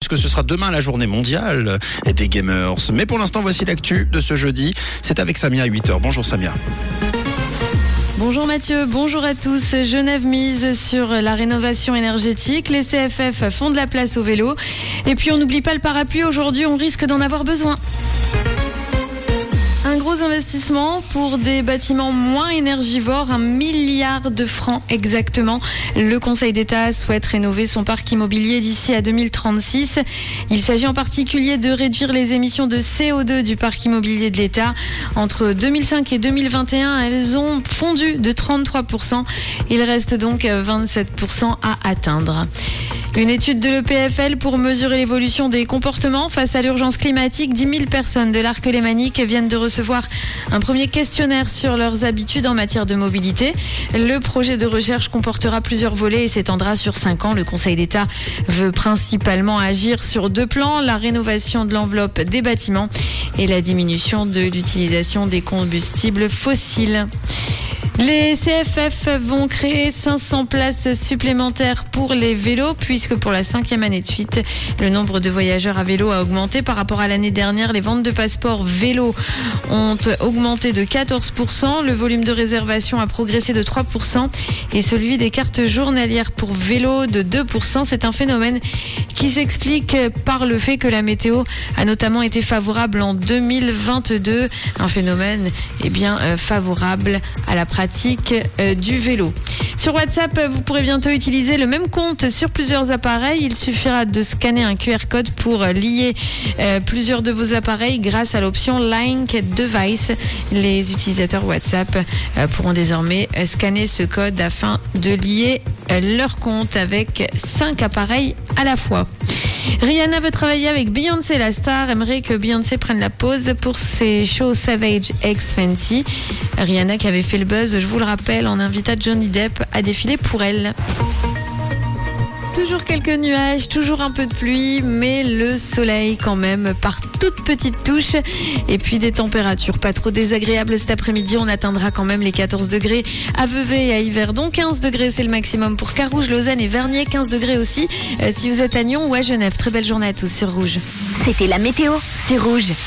puisque ce sera demain la journée mondiale des gamers. Mais pour l'instant, voici l'actu de ce jeudi. C'est avec Samia à 8h. Bonjour Samia. Bonjour Mathieu, bonjour à tous. Genève mise sur la rénovation énergétique. Les CFF font de la place au vélo. Et puis on n'oublie pas le parapluie. Aujourd'hui, on risque d'en avoir besoin. Un gros investissement pour des bâtiments moins énergivores, 1 milliard de francs exactement. Le Conseil d'État souhaite rénover son parc immobilier d'ici à 2036. Il s'agit en particulier de réduire les émissions de CO2 du parc immobilier de l'État. Entre 2005 et 2021, elles ont fondu de 33%. Il reste donc 27% à atteindre. Une étude de l'EPFL pour mesurer l'évolution des comportements face à l'urgence climatique. 10 000 personnes de l'Arc lémanique viennent de recevoir un premier questionnaire sur leurs habitudes en matière de mobilité. Le projet de recherche comportera plusieurs volets et s'étendra sur 5 ans. Le Conseil d'État veut principalement agir sur 2 plans, la rénovation de l'enveloppe des bâtiments et la diminution de l'utilisation des combustibles fossiles. Les CFF vont créer 500 places supplémentaires pour les vélos puisque pour la 5e année de suite, le nombre de voyageurs à vélo a augmenté par rapport à l'année dernière. Les ventes de passeports vélo ont augmenté de 14%. Le volume de réservation a progressé de 3% et celui des cartes journalières pour vélo de 2%. C'est un phénomène qui s'explique par le fait que la météo a notamment été favorable en 2022. Un phénomène favorable à la pratique du vélo. Sur WhatsApp, vous pourrez bientôt utiliser le même compte sur plusieurs appareils. Il suffira de scanner un QR code pour lier plusieurs de vos appareils grâce à l'option Link Device. Les utilisateurs WhatsApp pourront désormais scanner ce code afin de lier leur compte avec 5 appareils à la fois. Rihanna veut travailler avec Beyoncé. La star aimerait que Beyoncé prenne la pause pour ses shows Savage X Fenty. Rihanna qui avait fait le buzz, je vous le rappelle, en invitant Johnny Depp à défiler pour elle. Toujours quelques nuages, toujours un peu de pluie, mais le soleil quand même par toutes petites touches. Et puis des températures pas trop désagréables cet après-midi. On atteindra quand même les 14 degrés à Vevey et à Yverdon. 15 degrés, c'est le maximum pour Carouge, Lausanne et Vernier. 15 degrés aussi si vous êtes à Nyon ou à Genève. Très belle journée à tous sur Rouge. C'était la météo, c'est Rouge.